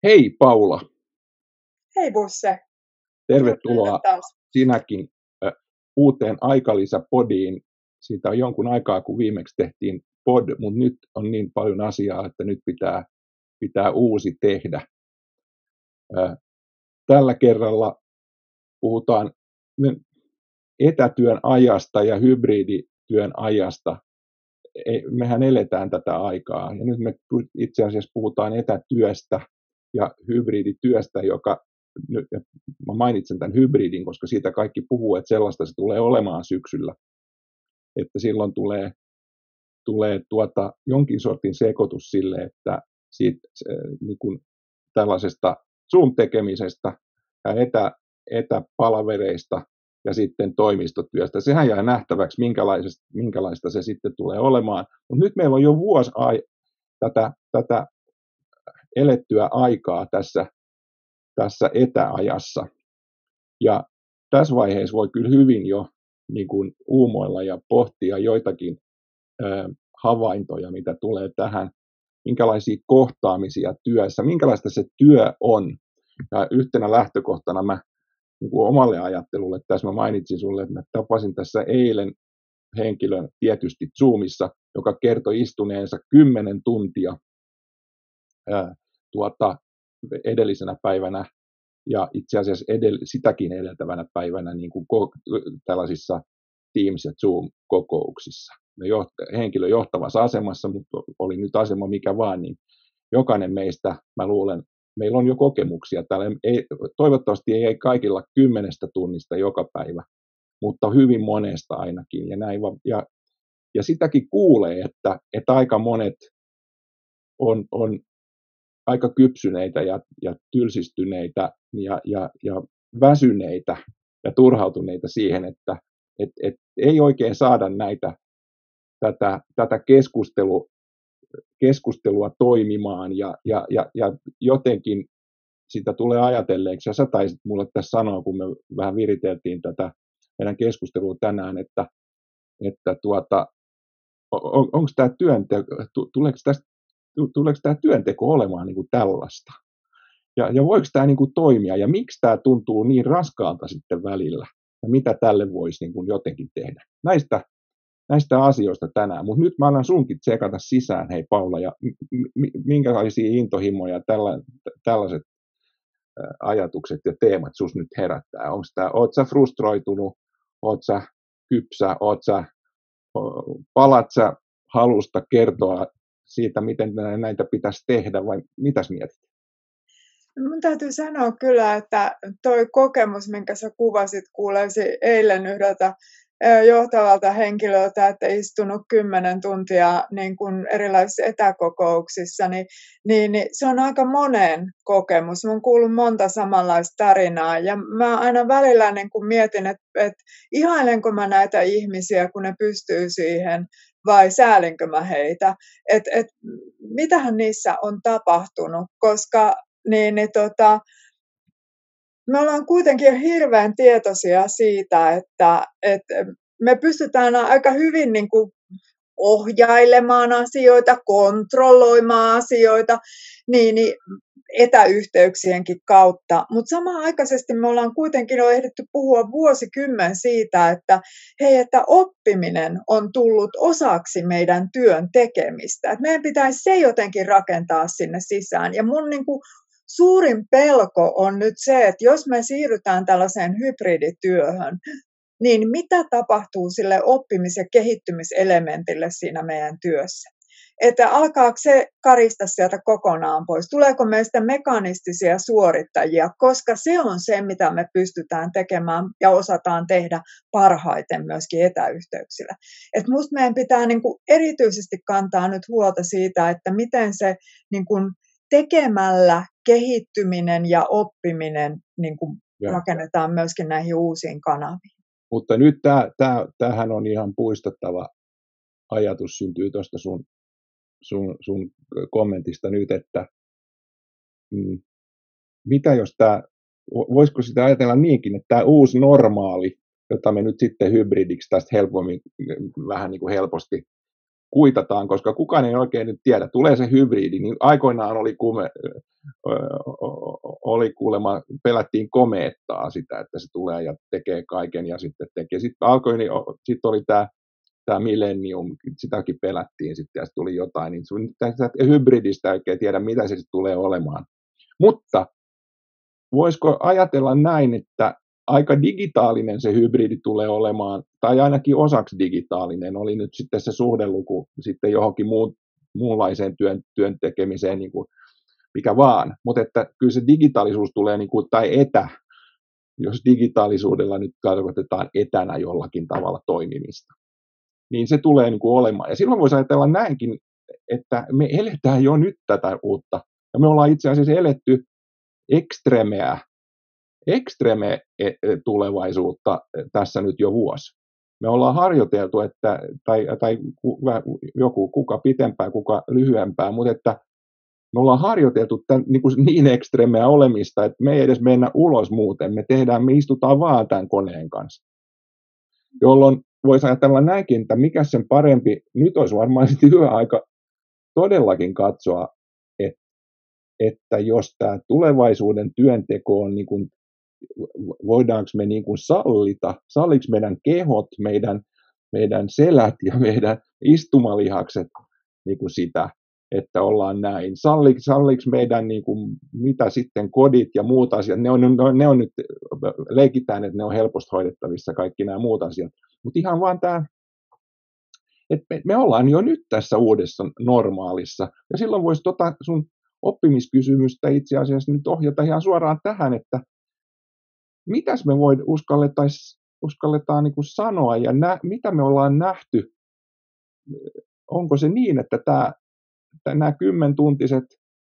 Hei Paula, Hei Busse, tervetuloa taas. sinäkin uuteen Aikalisä-podiin. Siitä on jonkun aikaa, kun viimeksi tehtiin pod, mutta nyt on niin paljon asiaa, että nyt pitää uusi tehdä. Tällä kerralla puhutaan etätyön ajasta ja hybridityön ajasta. Mehän eletään tätä aikaa ja nyt me itse asiassa puhutaan etätyöstä ja hybridityöstä, joka mä mainitsen tämän hybridin, koska siitä kaikki puhuu, että sellaista se tulee olemaan syksyllä, että silloin tulee jonkin sortin sekoitus sille, että siitä niin kuin tällaisesta Zoom-tekemisestä ja etäpalavereista ja sitten toimistotyöstä. Sehän jää nähtäväksi, minkälaista se sitten tulee olemaan. Mutta nyt meillä on jo vuosi tätä elettyä aikaa tässä etäajassa. Ja tässä vaiheessa voi kyllä hyvin jo niin kuin uumoilla ja pohtia joitakin havaintoja, mitä tulee tähän, minkälaisia kohtaamisia työssä, minkälaista se työ on. Ja yhtenä lähtökohtana mä niin kuin omalle ajattelulle, tässä mä mainitsin sulle, että mä tapasin tässä eilen henkilön tietysti Zoomissa, joka kertoi istuneensa 10 tuntia edellisenä päivänä ja itse asiassa sitäkin edeltävänä päivänä niin kuin tällaisissa Teams- ja Zoom-kokouksissa. Henkilö johtavassa asemassa, mutta oli nyt asema mikä vaan, niin jokainen meistä, mä luulen, meillä on jo kokemuksia. Täällä toivottavasti ei kaikilla 10 tunnista joka päivä, mutta hyvin monesta ainakin. Ja sitäkin kuulee, että aika monet on aika kypsyneitä ja tylsistyneitä ja väsyneitä ja turhautuneita siihen, että ei oikein saada tätä keskustelua toimimaan ja jotenkin sitä tulee ajatelleeksi. Ja sä taisit mulle tässä sanoa, kun me vähän viriteltiin tätä meidän keskustelua tänään, että onko tämä tuleeko tämä työnteko olemaan niin kuin tällaista? Ja voiko tämä niin kuin toimia? Ja miksi tämä tuntuu niin raskaalta sitten välillä? Ja mitä tälle voisi niin kuin jotenkin tehdä? Näistä asioista tänään. Mutta nyt mä annan sunkin tsekata sisään, hei Paula, ja minkälaisia intohimoja tällaiset ajatukset ja teemat sus nyt herättää? Oot sä frustroitunut? Oot sä kypsä? Palat sä halusta kertoa siitä, miten näitä pitäisi tehdä, vai mitäs mietit? Mun täytyy sanoa kyllä, että toi kokemus, minkä sä kuvasit, kuulesi eilen yhdeltä johtavalta henkilöltä, että istunut 10 tuntia niin kuin erilaisissa etäkokouksissa, niin se on aika monen kokemus. Mä oon kuullut monta samanlaista tarinaa ja mä aina välillä niin kuin mietin, että ihailenko mä näitä ihmisiä, kun ne pystyy siihen, vai säälinkö mä heitä, että mitähän niissä on tapahtunut, koska me ollaan kuitenkin hirveän tietoisia siitä, että me pystytään aika hyvin niin kuin ohjailemaan asioita, kontrolloimaan asioita niin etäyhteyksienkin kautta. Mutta samanaikaisesti me ollaan kuitenkin jo ehditty puhua vuosikymmen siitä, että oppiminen on tullut osaksi meidän työn tekemistä. Et meidän pitäisi se jotenkin rakentaa sinne sisään. Ja mun niin kuin suurin pelko on nyt se, että jos me siirrytään tällaiseen hybridityöhön, niin mitä tapahtuu sille oppimis- ja kehittymiselementille siinä meidän työssä? Että alkaako se karista sieltä kokonaan pois? Tuleeko meistä mekanistisia suorittajia? Koska se on se, mitä me pystytään tekemään ja osataan tehdä parhaiten myöskin etäyhteyksillä. Että musta meidän pitää niin kuin erityisesti kantaa nyt huolta siitä, että miten se niin kuin tekemällä kehittyminen ja oppiminen niin kuin rakennetaan myöskin näihin uusiin kanaviin. Mutta nyt tämähän on ihan puistattava ajatus, syntyy tuosta sun kommentista nyt, että mitä jos voisiko sitä ajatella niinkin, että tämä uusi normaali, jota me nyt sitten hybridiksi tästä helpommin, vähän niin kuin helposti kuitataan, koska kukaan ei oikein nyt tiedä. Tulee se hybridi, niin aikoinaan oli kuulemma, pelättiin komeettaa sitä, että se tulee ja tekee kaiken ja sitten tekee. Sitten sitten oli tämä Millennium, sitäkin pelättiin sitten ja sitten tuli jotain, niin tästä hybridistä ei oikein tiedä, mitä se sitten tulee olemaan. Mutta voisiko ajatella näin, että aika digitaalinen se hybridi tulee olemaan, tai ainakin osaksi digitaalinen, oli nyt sitten se suhdeluku sitten johonkin muunlaiseen työn tekemiseen, niin kuin mikä vaan, mutta että kyllä se digitaalisuus tulee, niin kuin, tai jos digitaalisuudella nyt tarkoitetaan etänä jollakin tavalla toimimista, niin se tulee niin kuin olemaan. Ja silloin voisi ajatella näinkin, että me eletään jo nyt tätä uutta, ja me ollaan itse asiassa eletty ekstreme tulevaisuutta tässä nyt jo vuosi. Me ollaan harjoiteltu, tai kuka pitempään, kuka lyhyempään, mutta että me ollaan harjoiteltu niin ekstremeä olemista, että me ei edes mennä ulos muuten. Me istutaan vaan tämän koneen kanssa. Jolloin voisi ajatella näinkin, että mikä sen parempi, nyt olisi varmaan hyvä aika todellakin katsoa, että jos tämä tulevaisuuden työnteko on, niin kuin, voidaanko me niin kuin salliiko meidän kehot, meidän selät ja meidän istumalihakset niin kuin sitä, että ollaan näin. Salliiko meidän, niin kuin, mitä sitten kodit ja muut asiat, ne on nyt, leikitään, että ne on helposti hoidettavissa kaikki nämä muut asiat, mutta ihan vaan tämä, että me ollaan jo nyt tässä uudessa normaalissa, ja silloin voisi sun oppimiskysymystä itse asiassa nyt ohjata ihan suoraan tähän, että mitäs me uskalletaan niin kuin sanoa ja mitä me ollaan nähty. Onko se niin, että nämä 10-tuntiset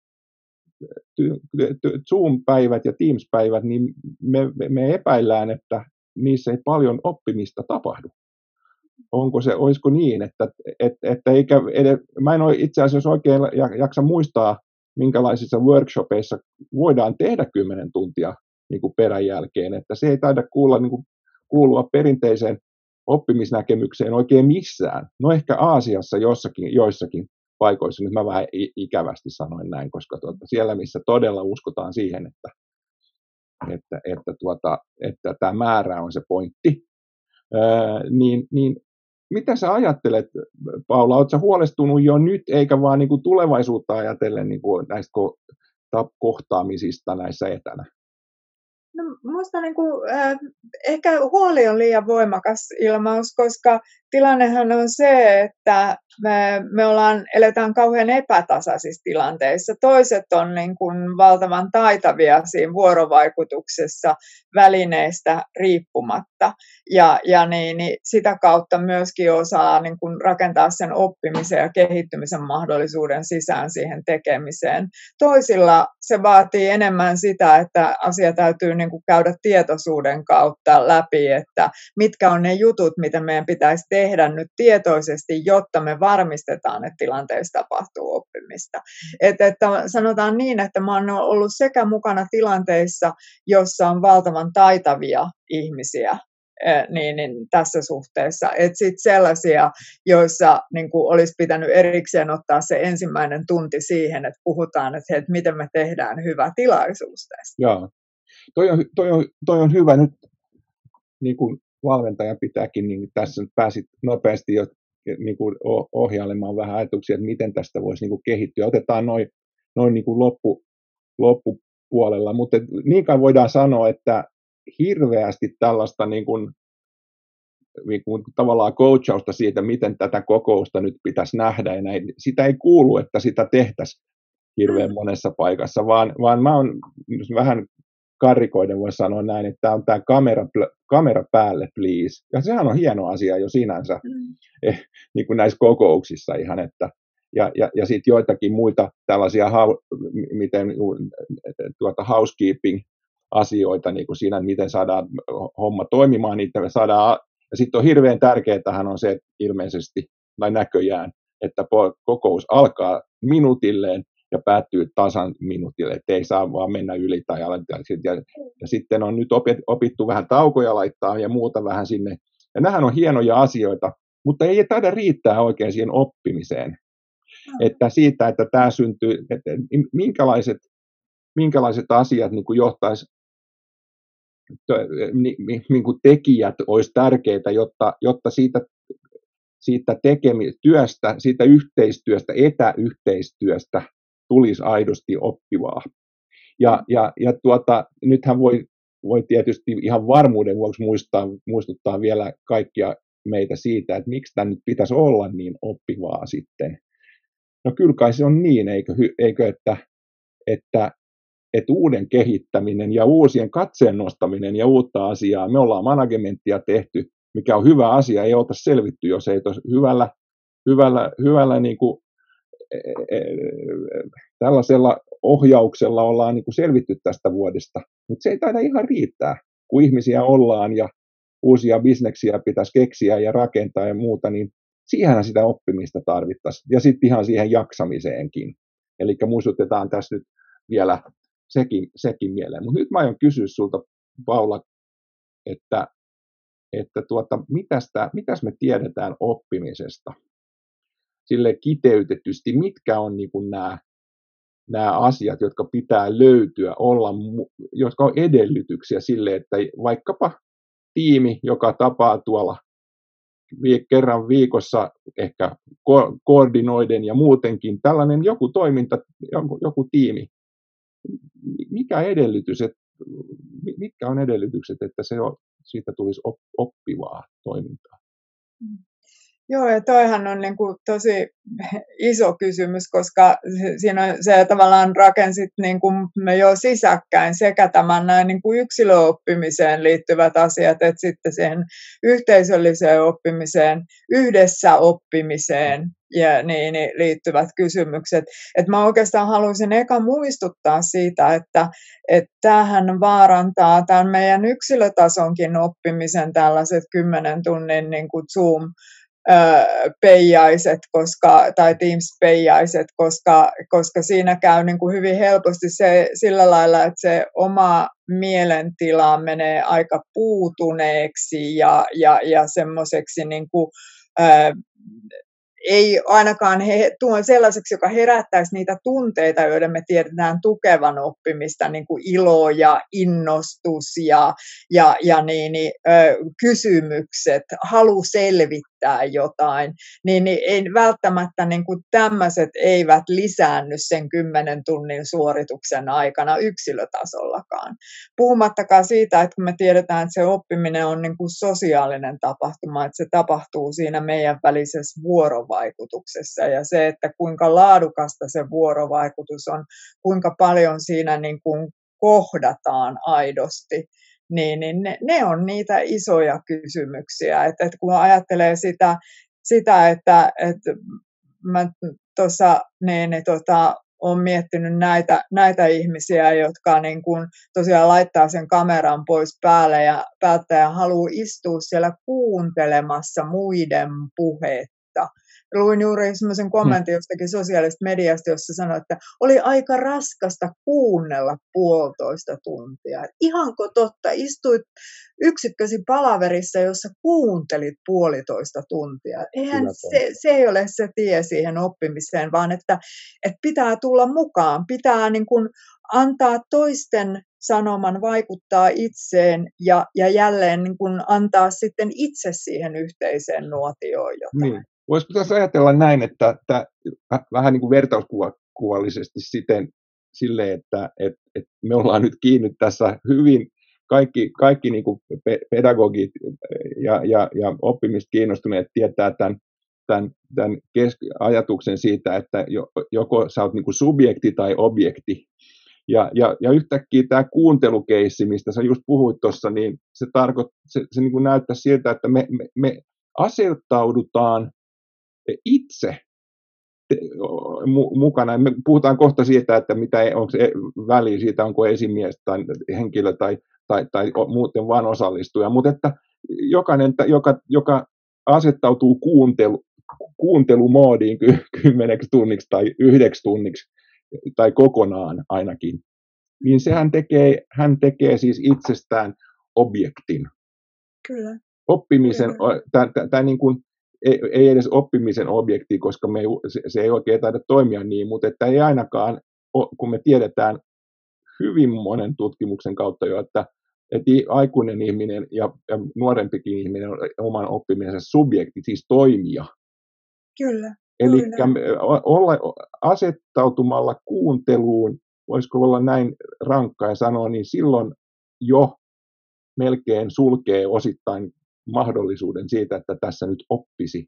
Zoom-päivät ja Teams-päivät, niin me epäillään, että niissä ei paljon oppimista tapahdu. Olisiko niin, että mä en ole itse asiassa oikein jaksa muistaa, minkälaisissa workshopeissa voidaan tehdä 10 tuntia niin kuin peräjälkeen, että se ei taida kuulua perinteiseen oppimisnäkemykseen oikein missään. No ehkä Aasiassa joissakin paikoissa, nyt mä vähän ikävästi sanoin näin, koska siellä missä todella uskotaan siihen, että tämä määrä on se pointti, niin mitä sä ajattelet, Paula, oletko sä huolestunut jo nyt, eikä vaan niin kuin tulevaisuutta ajatellen niin kuin näistä kohtaamisista näissä etänä? No, minusta ehkä huoli on liian voimakas ilmaus, koska tilannehan on se, että me eletään kauhean epätasaisissa tilanteissa. Toiset on niin kuin valtavan taitavia siinä vuorovaikutuksessa välineistä riippumatta ja niin sitä kautta myöskin osaa niin kuin rakentaa sen oppimisen ja kehittymisen mahdollisuuden sisään siihen tekemiseen. Toisilla se vaatii enemmän sitä, että asia täytyy niin kuin käydä tietoisuuden kautta läpi, että mitkä on ne jutut, mitä meidän pitäisi tehdä nyt tietoisesti, jotta me varmistetaan, että tilanteessa tapahtuu oppimista. Että sanotaan niin, että mä oon ollut sekä mukana tilanteissa, jossa on valtavan taitavia ihmisiä, niin tässä suhteessa, että sitten sellaisia, joissa niin kuin olisi pitänyt erikseen ottaa se ensimmäinen tunti siihen, että puhutaan, että miten me tehdään hyvä tilaisuus tästä. Joo. Toi on hyvä nyt, niin kuin valmentaja pitääkin, niin tässä pääsit nopeasti jo niin kuin ohjailemaan vähän ajatuksia, että miten tästä voisi niin kuin kehittyä. Otetaan noin niin kuin loppupuolella, mutta niin kai voidaan sanoa, että hirveästi tällaista niin kuin tavallaan coachausta siitä, miten tätä kokousta nyt pitäisi nähdä, ja näin. Sitä ei kuulu, että sitä tehtäisiin hirveän monessa paikassa, vaan mä oon vähän karrikoiden voi sanoa näin, että tämä on tämä kamera päälle, please. Ja sehän on hieno asia jo sinänsä, niin kuin näissä kokouksissa ihan, että ja sitten joitakin muita tällaisia housekeeping-asioita niin kuin siinä, miten saadaan homma toimimaan, niitä me saadaan, ja sitten on hirveän tärkeää on se, että ilmeisesti, tai näköjään, että kokous alkaa minuutilleen, ja päättyy tasan minuutille, että ei saa vaan mennä yli tai alentaa. Ja sitten on nyt opittu vähän taukoja laittaa ja muuta vähän sinne. Ja nämähän on hienoja asioita, mutta ei taida riittää oikein siihen oppimiseen. Että siitä, että tämä syntyy, että minkälaiset asiat niin kuin johtaisi, niin kuin tekijät olisi tärkeitä, jotta siitä työstä, siitä yhteistyöstä, etäyhteistyöstä tulisi aidosti oppivaa. Nythän voi tietysti ihan varmuuden vuoksi muistuttaa vielä kaikkia meitä siitä, että miksi tämä nyt pitäisi olla niin oppivaa sitten. No kyllä kai se on niin, eikö että uuden kehittäminen ja uusien katseen nostaminen ja uutta asiaa, me ollaan managementtia tehty, mikä on hyvä asia, ei olta selvitty, jos ei hyvällä niin kuin, tällaisella ohjauksella ollaan niin kuin selvitty tästä vuodesta, mutta se ei taida ihan riittää, kun ihmisiä ollaan ja uusia bisneksiä pitäisi keksiä ja rakentaa ja muuta, niin siihen sitä oppimista tarvittaisiin ja sitten ihan siihen jaksamiseenkin. Eli muistutetaan tässä nyt vielä sekin mieleen. Mutta nyt mä aion kysyä sulta, Paula, että mitäs me tiedetään oppimisesta? Sille kiteytetysti, mitkä on niin kuin nämä asiat, jotka pitää löytyä, jotka on edellytyksiä sille, että vaikkapa tiimi, joka tapaa tuolla kerran viikossa ehkä koordinoiden ja muutenkin, tällainen joku toiminta, joku tiimi, mitkä on edellytykset, että siitä tulisi oppivaa toimintaa? Joo, ja toihan on niin kuin tosi iso kysymys, koska siinä se tavallaan rakensit niin kuin me jo sisäkkäin sekä tämän näin niin kuin yksilöoppimiseen liittyvät asiat, että sitten siihen yhteisölliseen oppimiseen, yhdessä oppimiseen ja niin liittyvät kysymykset. Että mä oikeastaan haluaisin eka muistuttaa siitä, että tämähän vaarantaa tämän meidän yksilötasonkin oppimisen tällaiset 10 tunnin niin kuin Zoom peijaiset, tai Teams-peijaiset, koska siinä käy niin kuin hyvin helposti sillä lailla, että se oma mielentila menee aika puutuneeksi ja semmoiseksi niin kuin, ei ainakaan sellaiseksi, joka herättäisi niitä tunteita, joiden me tiedetään tukevan oppimista, niin kuin ilo ja innostus ja kysymykset, halu selvittää jotain, niin ei välttämättä niin kuin tämmöiset eivät lisäänny sen 10 tunnin suorituksen aikana yksilötasollakaan. Puhumattakaan siitä, että kun me tiedetään, että se oppiminen on niin kuin sosiaalinen tapahtuma, että se tapahtuu siinä meidän välisessä vuorovaikutuksessa ja se, että kuinka laadukasta se vuorovaikutus on, kuinka paljon siinä niin kuin kohdataan aidosti, niin ne on niitä isoja kysymyksiä. Että kun ajattelee sitä että mä tuossa olen miettinyt näitä ihmisiä, jotka niin kuin tosiaan laittaa sen kameran pois päältä ja haluaa istua siellä kuuntelemassa muiden puhetta. Luin juuri semmoisen kommentin jostakin sosiaalisesta mediasta, jossa sanoi, että oli aika raskasta kuunnella 1,5 tuntia. Ihanko totta, istuit yksikkösi palaverissa, jossa kuuntelit 1,5 tuntia. Eihän se ei ole se tie siihen oppimiseen, vaan että pitää tulla mukaan, pitää niin kuin antaa toisten sanoman vaikuttaa itseen ja jälleen niin kuin antaa sitten itse siihen yhteiseen nuotioon jotain. Niin. Voisiko tässä ajatella näin, että vähän niin kuin vertauskuvallisesti silleen, että me ollaan nyt kiinni tässä hyvin, kaikki niin kuin pedagogit ja oppimista kiinnostuneet tietää tämän ajatuksen siitä, että joko sä oot niin kuin subjekti tai objekti. Ja yhtäkkiä tämä kuuntelukeissi, mistä sä just puhuit tuossa, niin se niin kuin näyttää siltä, että me asettaudutaan itse mukana. Me puhutaan kohta siitä, että onko se väliä siitä, onko esimies tai henkilö tai muuten vain osallistuja, mutta että jokainen, joka asettautuu kuuntelumoodiin 10 tunniksi tai 9 tunniksi tai kokonaan ainakin, niin hän tekee siis itsestään objektin. Kyllä. Oppimisen, tämä niin kuin ei edes oppimisen objekti, koska se ei oikein taida toimia niin, mutta että ei ainakaan, kun me tiedetään hyvin monen tutkimuksen kautta jo, että aikuinen ihminen ja nuorempikin ihminen on oman oppimisensa subjekti, siis toimija. Kyllä. Eli olla asettautumalla kuunteluun, voisiko olla näin rankkaa ja sanoa, niin silloin jo melkein sulkee osittain mahdollisuuden siitä, että tässä nyt oppisi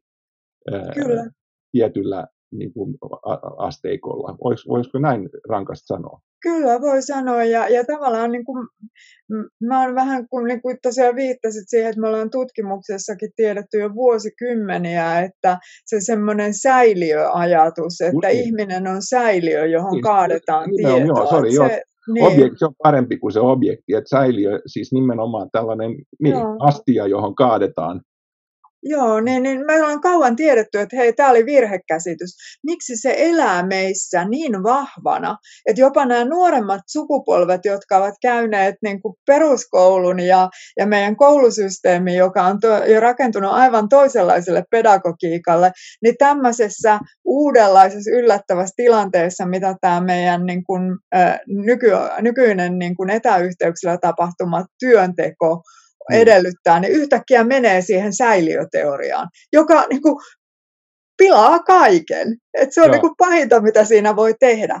tietyllä niin kuin asteikolla. Voisiko näin rankasti sanoa? Kyllä, voi sanoa. Ja tavallaan niin kuin, mä olen vähän, kun niin kuin tosiaan viittasit siihen, että me ollaan tutkimuksessakin tiedetty jo vuosikymmeniä, että se semmoinen säiliöajatus, että ihminen on säiliö, johon kaadetaan tietoa. Se on parempi kuin se objekti, että säiliö, siis nimenomaan tällainen astia, johon kaadetaan. Joo, niin me ollaan kauan tiedetty, että hei, tämä oli virhekäsitys. Miksi se elää meissä niin vahvana, että jopa nämä nuoremmat sukupolvet, jotka ovat käyneet niin kuin peruskoulun ja meidän koulusysteemi, joka on jo rakentunut aivan toisenlaiselle pedagogiikalle, niin tämmöisessä uudenlaisessa yllättävässä tilanteessa, mitä tämä meidän niin kuin, nykyinen niin kuin etäyhteyksillä tapahtuma työnteko edellyttää, niin yhtäkkiä menee siihen säiliöteoriaan, joka niin kuin pilaa kaiken. Et se on niin kuin pahinta, mitä siinä voi tehdä.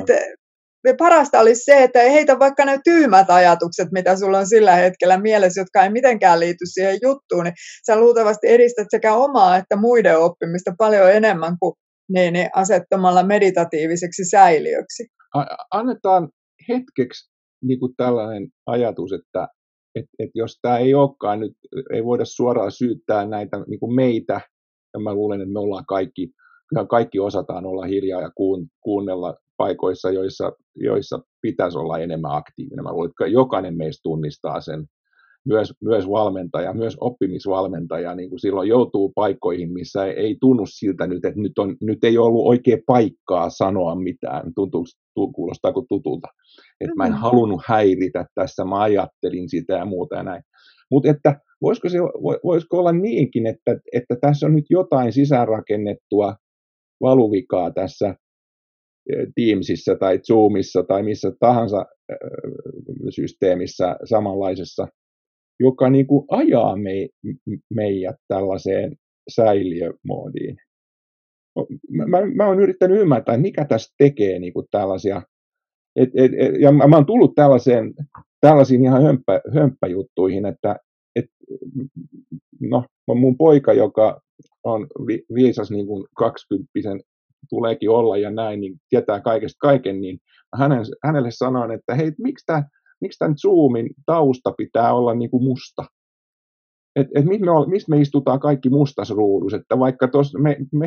Parasta olisi se, että ei heitä vaikka ne tyhmät ajatukset, mitä sulla on sillä hetkellä mielessä, jotka ei mitenkään liity siihen juttuun, niin sä luultavasti edistät sekä omaa että muiden oppimista paljon enemmän kuin niin asettamalla meditatiiviseksi säiliöksi. Annetaan hetkeksi niin kuin tällainen ajatus, että jos tämä ei olekaan nyt, ei voida suoraan syyttää näitä niin kuin meitä, ja mä luulen, että me ollaan kaikki osataan olla hiljaa ja kuunnella paikoissa, joissa pitäisi olla enemmän aktiivinen. Mä luulen, että jokainen meistä tunnistaa sen, myös valmentaja, myös oppimisvalmentaja, niin kuin silloin joutuu paikkoihin, missä ei tunnu siltä nyt, että nyt ei ollut oikea paikkaa sanoa mitään, kuulostaako tutulta, että mä en halunnut häiritä tässä, mä ajattelin sitä ja muuta ja näin. Mutta että voisiko olla niinkin, että tässä on nyt jotain sisäänrakennettua valuvikaa tässä Teamsissa tai Zoomissa tai missä tahansa systeemissä samanlaisessa, joka niin kuin ajaa meidät tällaiseen säiliömoodiin. Mä oon yrittänyt ymmärtää, mikä tässä tekee niin kuin tällaisia, ja mä oon tullut tällaisiin ihan hömppäjuttuihin, että no, mun poika, joka on viisas niin kuin 20-vuotiaan tuleekin olla ja näin, niin tietää kaikesta kaiken, niin hänelle sanoin, että hei, miksi tämän Zoomin tausta pitää olla niin kuin musta? Mistä me istutaan kaikki mustas ruudussa, että vaikka tuossa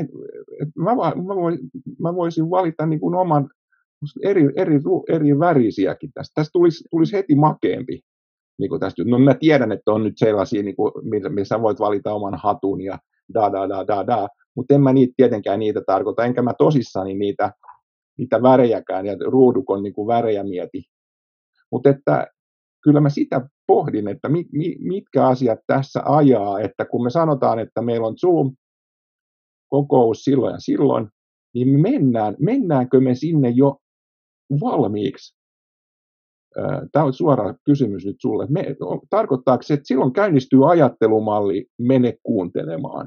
mä voisin valita niin kuin oman eri värisiäkin tästä. Tästä tulisi heti makeampi. Niin kuin tästä. No mä tiedän, että on nyt sellaisia, niin kuin, missä voit valita oman hatun ja mutta en mä tietenkään niitä tarkoita, enkä mä tosissani niitä värejäkään ja ruudukon niin kuin värejä mieti. Mutta että kyllä mä sitä pohdin, että mitkä asiat tässä ajaa, että kun me sanotaan, että meillä on Zoom-kokous silloin ja silloin, niin mennäänkö me sinne jo valmiiksi? Tämä on suora kysymys nyt sulle. Tarkoittaako se, että silloin käynnistyy ajattelumalli, mene kuuntelemaan?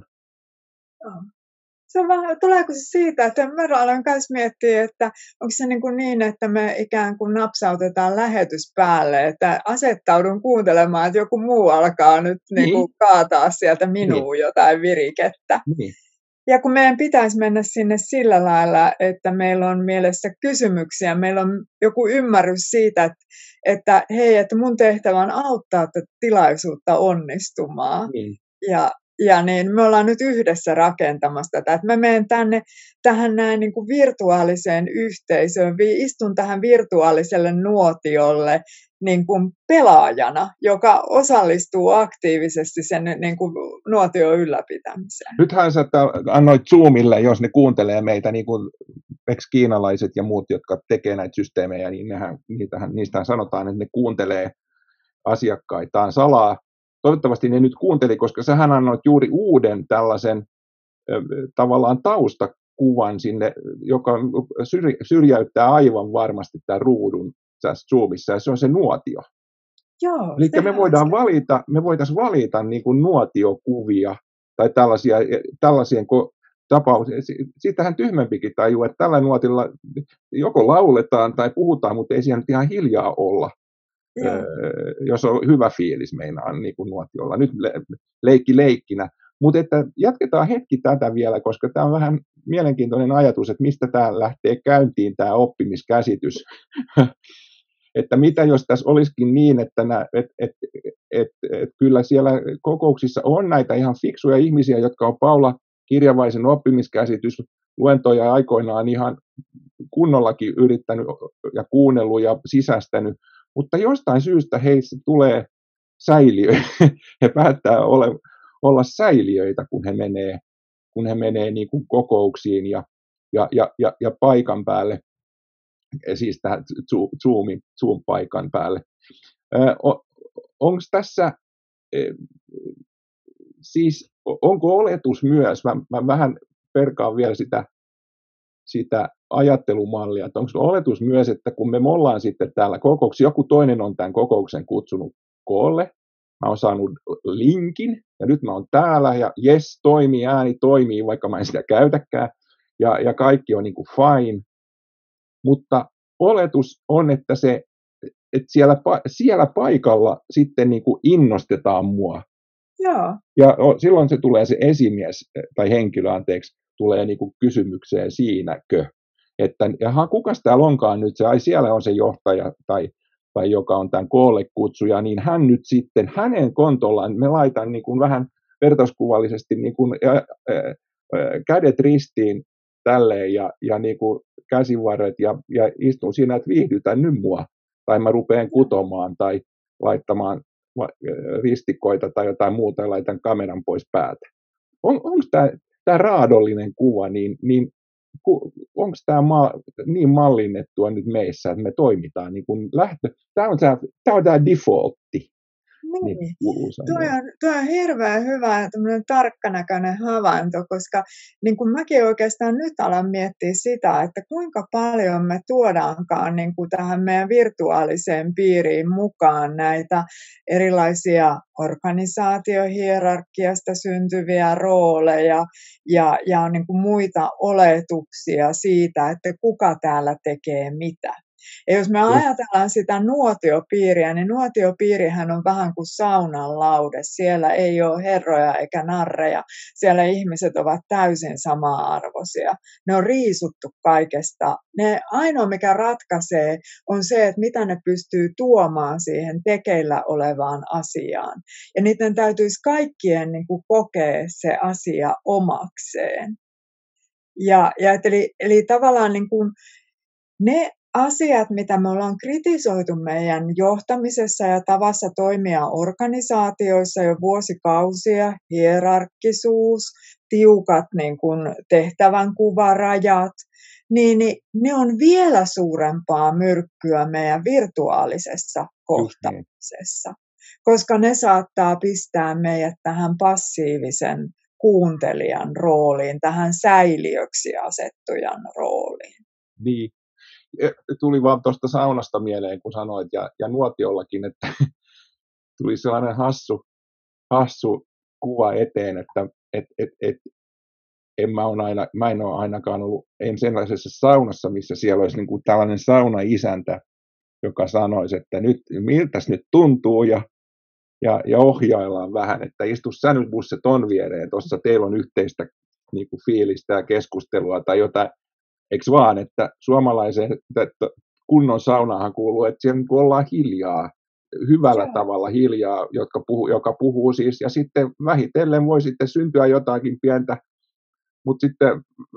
Se on vähän, tuleeko se siitä, että mä aloin myös miettiä, että onko se niin, että me ikään kuin napsautetaan lähetys päälle, että asettaudun kuuntelemaan, että joku muu alkaa nyt niin kuin kaataa sieltä minuun jotain virikettä. Niin. Ja kun meidän pitäisi mennä sinne sillä lailla, että meillä on mielessä kysymyksiä, meillä on joku ymmärrys siitä, että hei, että mun tehtävä on auttaa tätä tilaisuutta onnistumaan. Niin. Ja niin me ollaan nyt yhdessä rakentamassa tätä, että mä menen tähän näin niin kuin virtuaaliseen yhteisöön, istun tähän virtuaaliselle nuotiolle niin kuin pelaajana, joka osallistuu aktiivisesti sen niin kuin nuotion ylläpitämiseen. Nythän sä annoit Zoomille, jos ne kuuntelee meitä, niin kuin kiinalaiset ja muut, jotka tekee näitä systeemejä, niin niistähän sanotaan, että ne kuuntelee asiakkaitaan salaa. Toivottavasti ne nyt kuunteli, koska sähän annoit juuri uuden tällaisen tavallaan taustakuvan sinne, joka syrjäyttää aivan varmasti tämän ruudun tässä Zoomissa, ja se on se nuotio. Joo, Eli me voitaisiin valita niin kuin nuotiokuvia tai tällaisien tapauksia. Siitähän tyhmempikin tajuu, että tällä nuotilla joko lauletaan tai puhutaan, mutta ei siellä nyt ihan hiljaa olla. Jos on hyvä fiilis meinaan niin kuin nuotiolla. Nyt leikki leikkinä. Mutta että jatketaan hetki tätä vielä, koska tämä on vähän mielenkiintoinen ajatus, että mistä tämä lähtee käyntiin, tämä oppimiskäsitys. Että mitä jos tässä olisikin niin, että kyllä siellä kokouksissa on näitä ihan fiksuja ihmisiä, jotka on Paula Kirjavaisen oppimiskäsitys luentoja aikoinaan ihan kunnollakin yrittänyt ja kuunnellut ja sisästänyt, mutta jostain syystä heissä tulee säiliöitä. He päättää olla säiliöitä, kun he menee niin kuin kokouksiin ja paikan päälle, siis tähän Zoom-paikan päälle. Onko tässä, siis onko oletus myös, mä vähän perkaan vielä sitä ajattelumallia, että onko oletus myös, että kun me ollaan sitten täällä kokouksessa, joku toinen on tämän kokouksen kutsunut koolle, mä oon saanut linkin, ja nyt mä oon täällä, ja jes, toimii, ääni toimii, vaikka mä en sitä käytäkään, ja kaikki on niin kuin fine, mutta oletus on, että siellä paikalla sitten niin kuin innostetaan mua. Joo. Ja silloin se tulee se esimies, tai henkilö, tulee niin kuin kysymykseen siinäkö, että kukas täällä onkaan nyt se, siellä on se johtaja, tai joka on tämän koolle kutsuja, niin hän nyt sitten, hänen kontollaan, me laitan niin kuin vähän vertauskuvallisesti niin kuin, kädet ristiin tälleen ja niin kuin käsivarret ja istun siinä, että viihdytään nyt mua, tai mä rupean kutomaan tai laittamaan ristikoita tai jotain muuta ja laitan kameran pois päältä. Onko tämä raadollinen kuva, niin onko tämä niin mallinnettua nyt meissä, että me toimitaan niin kuin tämä on tämä defaultti. Niin. Tuo on hirveän hyvä ja tarkkanäköinen havainto, koska niin kuin mäkin oikeastaan nyt alan miettiä sitä, että kuinka paljon me tuodaankaan niin kuin tähän meidän virtuaaliseen piiriin mukaan näitä erilaisia organisaatiohierarkiasta syntyviä rooleja ja niin kuin muita oletuksia siitä, että kuka täällä tekee mitä. Ja jos me ajatellaan sitä nuotiopiiriä, niin nuotiopiirihän on vähän kuin saunan laude. Siellä ei ole herroja eikä narreja. Siellä ihmiset ovat täysin sama-arvoisia. Ne on riisuttu kaikesta. Ainoa, mikä ratkaisee, on se, että mitä ne pystyy tuomaan siihen tekeillä olevaan asiaan. Ja niiden täytyisi kaikkien niin kuin kokea se asia omakseen. Eli tavallaan niin kuin ne asiat, mitä me ollaan kritisoitu meidän johtamisessa ja tavassa toimia organisaatioissa jo vuosikausia, hierarkkisuus, tiukat niin kuin tehtävänkuvarajat, niin ne on vielä suurempaa myrkkyä meidän virtuaalisessa kohtaamisessa, koska ne saattaa pistää meidät tähän passiivisen kuuntelijan rooliin, tähän säiliöksi asettujan rooliin. Niin. Tuli vaan tuosta saunasta mieleen, kun sanoit, ja nuotiollakin, että tuli sellainen hassu kuva eteen, että mä en ole ainakaan ollut sellaisessa saunassa, missä siellä olisi niin kuin tällainen saunaisäntä, joka sanoisi, että nyt, miltäs nyt tuntuu, ja ohjaillaan vähän, että istu sä nyt busset ton viereen, tuossa teillä on yhteistä niin kuin fiilistä ja keskustelua tai jotain. Eikö vaan, että suomalaiseen kunnon saunahan kuuluu, että siellä ollaan hiljaa, hyvällä tavalla hiljaa, joka puhuu siis, ja sitten vähitellen voi sitten syntyä jotakin pientä, mutta sitten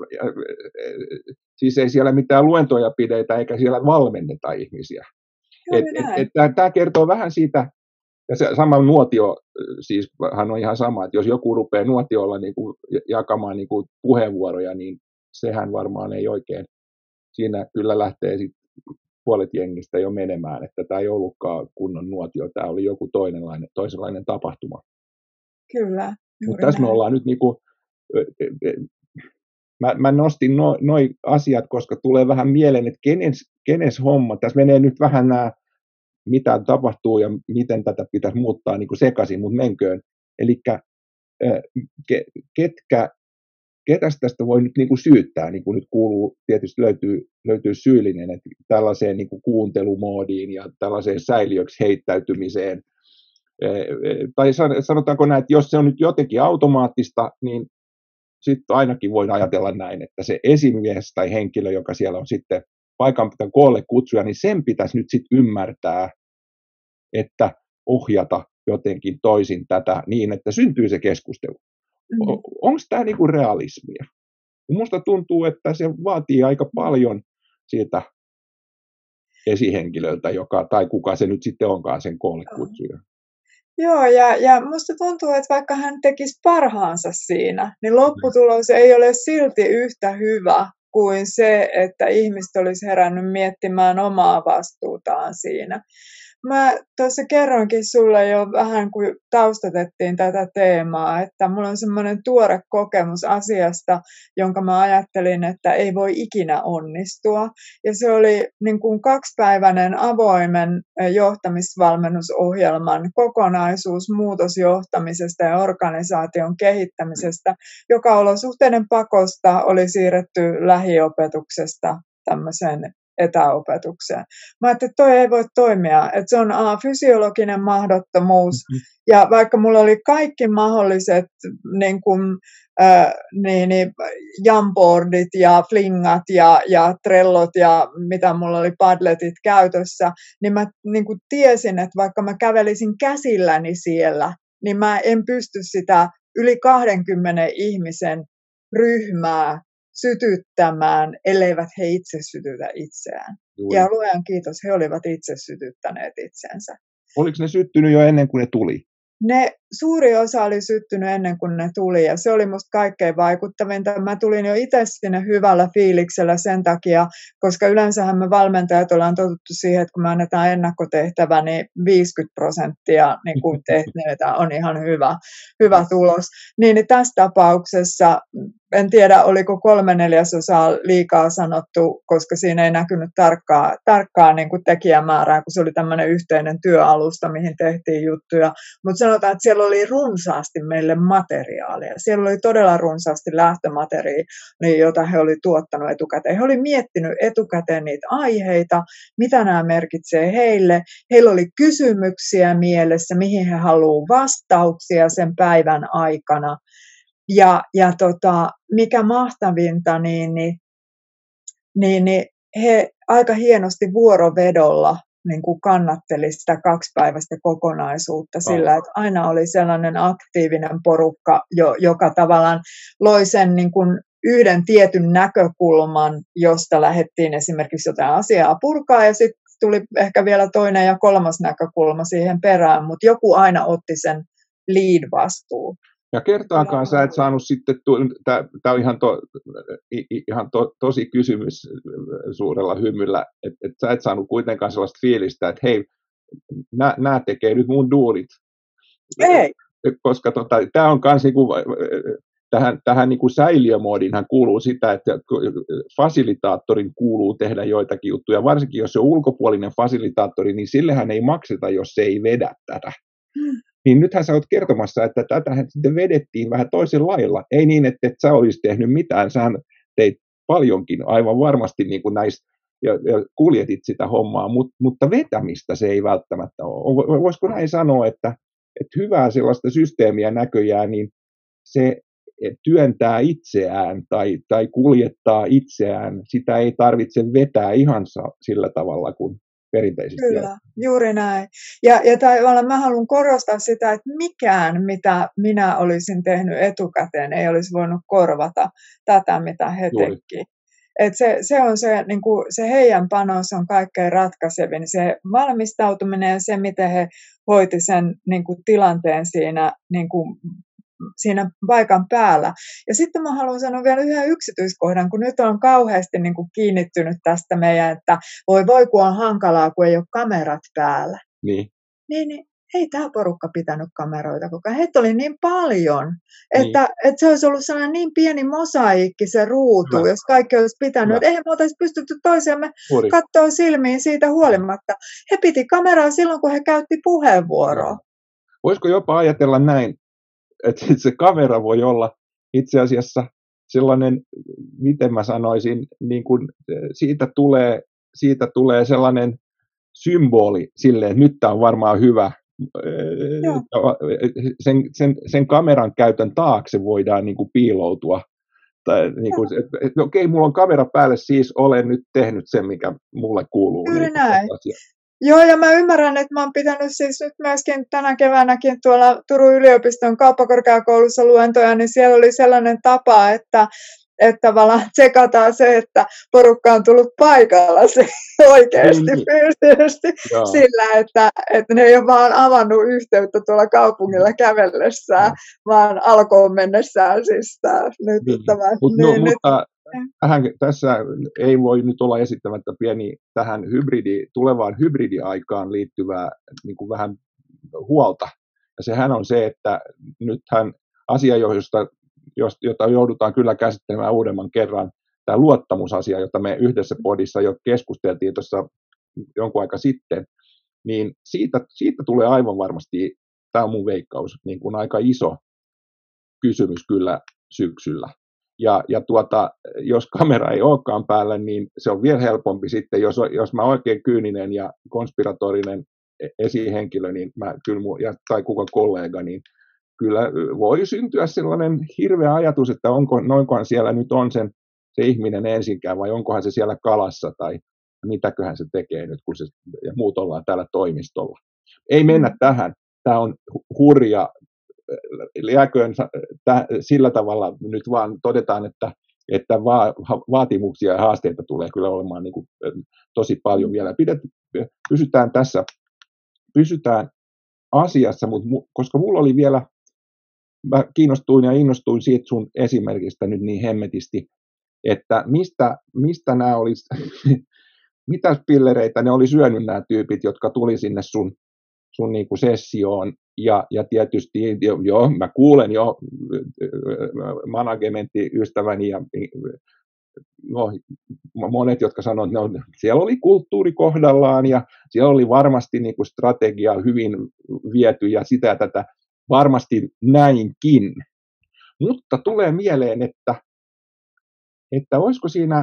siis ei siellä mitään luentoja pidetä, eikä siellä valmenneta ihmisiä. Tämä kertoo vähän siitä, ja se sama nuotio, siis hän on ihan sama, että jos joku rupeaa nuotiolla niin kuin jakamaan niin kuin puheenvuoroja, niin sehän varmaan ei oikein, siinä kyllä lähtee sitten puolet jengistä jo menemään, että tämä ei ollutkaan kunnon nuotio, tämä oli joku toisenlainen tapahtuma. Kyllä. Mutta tässä me ollaan nyt niinku mä nostin noi asiat, koska tulee vähän mieleen, että kenes homma. Tässä menee nyt vähän nämä, mitä tapahtuu ja miten tätä pitäisi muuttaa niin kuin sekaisin, mutta menköön. Eli ketäs tästä voi nyt niin kuin syyttää, niin kuin nyt kuuluu, tietysti löytyy syyllinen, että tällaiseen niin kuin kuuntelumoodiin ja tällaiseen säiliöksi heittäytymiseen, tai sanotaanko näin, että jos se on nyt jotenkin automaattista, niin sitten ainakin voin ajatella näin, että se esimies tai henkilö, joka siellä on sitten paikan pitää koolle kutsuja, niin sen pitäisi nyt sitten ymmärtää, että ohjata jotenkin toisin tätä niin, että syntyy se keskustelu. Onko tämä niinku realismia? Minusta tuntuu, että se vaatii aika paljon siitä esihenkilöltä, tai kuka se nyt sitten onkaan sen koolle kutsuja. Joo, ja musta tuntuu, että vaikka hän tekisi parhaansa siinä, niin lopputulos ei ole silti yhtä hyvä kuin se, että ihmiset olisi herännyt miettimään omaa vastuutaan siinä. Mä tuossa kerroinkin sulle jo vähän, kun taustatettiin tätä teemaa, että mulla on semmoinen tuore kokemus asiasta, jonka mä ajattelin, että ei voi ikinä onnistua. Ja se oli niin kuin 2-päiväinen avoimen johtamisvalmennusohjelman kokonaisuus muutosjohtamisesta ja organisaation kehittämisestä, joka olosuhteiden pakosta oli siirretty lähiopetuksesta tämmöiseen etäopetukseen. Mä ajattelin, että toi ei voi toimia, että se on fysiologinen mahdottomuus, ja vaikka mulla oli kaikki mahdolliset niin kuin, jamboardit ja flingat ja trellot ja mitä mulla oli padletit käytössä, niin mä niin kuin tiesin, että vaikka mä kävelisin käsilläni siellä, niin mä en pysty sitä yli 20 ihmisen ryhmää sytyttämään, elleivät he itse sytytä itseään. Juuri. Ja luojan kiitos, he olivat itse sytyttäneet itsensä. Oliko ne syttynyt jo ennen kuin ne tuli? Suuri osa oli syttynyt ennen kuin ne tuli, ja se oli musta kaikkein vaikuttavinta. Mä tulin jo itse sinne hyvällä fiiliksellä sen takia, koska yleensähän me valmentajat ollaan totuttu siihen, että kun me annetaan ennakkotehtävä, niin 50% niin kuin tehneitä on ihan hyvä tulos. Niin tässä tapauksessa, en tiedä oliko 3/4 liikaa sanottu, koska siinä ei näkynyt tarkkaa niin kuin tekijämäärää, kun se oli tämmöinen yhteinen työalusta, mihin tehtiin juttuja. Mutta sanotaan, että siellä oli runsaasti meille materiaalia. Siellä oli todella runsaasti lähtömateriaalia, jota he olivat tuottanut etukäteen. He olivat miettinyt etukäteen niitä aiheita, mitä nämä merkitsee heille. Heillä oli kysymyksiä mielessä, mihin he haluavat vastauksia sen päivän aikana. Ja mikä mahtavinta, niin he aika hienosti vuorovedolla niin kuin kannatteli sitä 2-päiväistä kokonaisuutta sillä, että aina oli sellainen aktiivinen porukka, joka tavallaan loi sen niin kuin yhden tietyn näkökulman, josta lähdettiin esimerkiksi jotain asiaa purkaa, ja sitten tuli ehkä vielä toinen ja kolmas näkökulma siihen perään, mutta joku aina otti sen lead-vastuun. Ja kertaakaan sä et saanut sitten, tämä on ihan tosi kysymys suurella hymyllä, että sä et saanut kuitenkaan sellaista fiilistä, että hei, nämä tekee nyt mun duunit. Ei. Koska tämä on myös niinku, tähän niinku säiliömoodiinhan kuuluu sitä, että fasilitaattorin kuuluu tehdä joitakin juttuja, varsinkin jos se on ulkopuolinen fasilitaattori, niin sillehän ei makseta, jos se ei vedä tätä. Niin nythän sä oot kertomassa, että tätähän sitten vedettiin vähän toisella lailla. Ei niin, että et sä olisi tehnyt mitään, sähän teit paljonkin aivan varmasti niin kuin näistä ja kuljetit sitä hommaa, mutta vetämistä se ei välttämättä ole. Voisiko näin sanoa, että hyvää sellaista systeemiä näköjään, niin se työntää itseään tai kuljettaa itseään, sitä ei tarvitse vetää ihan sillä tavalla kuin perinteisesti. Kyllä, juuri näin. Ja tavallaan mä haluan korostaa sitä, että mikään, mitä minä olisin tehnyt etukäteen, ei olisi voinut korvata tätä, mitä he teki. Et se on se, niin kuin, se heidän panos on kaikkein ratkaisevin, se valmistautuminen ja se, miten he hoiti sen niin kuin, tilanteen siinä paikan päällä. Ja sitten mä haluan sanoa vielä yhden yksityiskohdan, kun nyt on kauheasti niin kuin kiinnittynyt tästä meidän, että voi kun on hankalaa, kun ei ole kamerat päällä. Niin. Niin ei tämä porukka pitänyt kameroita, koska heitä oli niin paljon, Niin. että se olisi ollut sellainen niin pieni mosaikki se ruutu, Hyvä. jos kaikki olisi pitänyt. Hyvä. Eihän me oltaisi pystytty toisiamme Juuri. katsoa silmiin siitä huolimatta. He piti kameraa silloin, kun he käytti puheenvuoroa. Voisiko jopa ajatella näin, että se kamera voi olla itse asiassa sellainen, miten mä sanoisin, niin kuin siitä tulee sellainen symboli silleen, että nyt tämä on varmaan hyvä. Sen kameran käytön taakse voidaan niin kuin piiloutua. Tai, niin kuin, että okei, mulla on kamera päällä, siis olen nyt tehnyt sen, mikä mulle kuuluu. Kyllä näin. Joo, ja mä ymmärrän, että mä oon pitänyt siis nyt myöskin tänä keväänäkin tuolla Turun yliopiston kauppakorkeakoulussa luentoja, niin siellä oli sellainen tapa, että tavallaan tsekataan se, että porukka on tullut paikalla se oikeasti fyysisesti sillä, että ne ei ole vaan avannut yhteyttä tuolla kaupungilla kävellessään, vaan alkoon mennessään siis tämä. Mutta tässä ei voi nyt olla esittämättä pieni tähän tulevaan hybridiaikaan liittyvää niin kuin vähän huolta. Ja sehän on se, että nythän asia, jota joudutaan kyllä käsittelemään uudemman kerran, tämä luottamusasia, jota me yhdessä podissa jo keskusteltiin tuossa jonkun aika sitten, niin siitä tulee aivan varmasti, tämä on mun veikkaus, niin kuin aika iso kysymys kyllä syksyllä. Ja jos kamera ei olekaan päällä, niin se on vielä helpompi sitten, jos mä oikein kyyninen ja konspiratorinen esihenkilö, niin tai kuka kollega, niin kyllä voi syntyä sellainen hirveä ajatus, että noinkohan siellä nyt on se ihminen ensinkään, vai onkohan se siellä kalassa, tai mitäköhän se tekee nyt, kun ja muut ollaan täällä toimistolla. Ei mennä tähän. Tämä on hurja. Jääköön sillä tavalla nyt vaan todetaan, että vaatimuksia ja haasteita tulee kyllä olemaan niin kuin tosi paljon vielä. Pysytään asiassa, mutta koska mulla oli vielä, mä kiinnostuin ja innostuin siitä sun esimerkistä nyt niin hemmetisti, että mistä nämä olisi, mitä pillereitä ne oli syönyt nämä tyypit, jotka tuli sinne sun niin kuin sessioon. Ja tietysti, mä kuulen jo managementtiystäväni ja monet, jotka sanoivat, että siellä oli kulttuuri kohdallaan ja siellä oli varmasti niin kuin strategia hyvin viety ja sitä ja tätä, varmasti näinkin. Mutta tulee mieleen, että olisiko siinä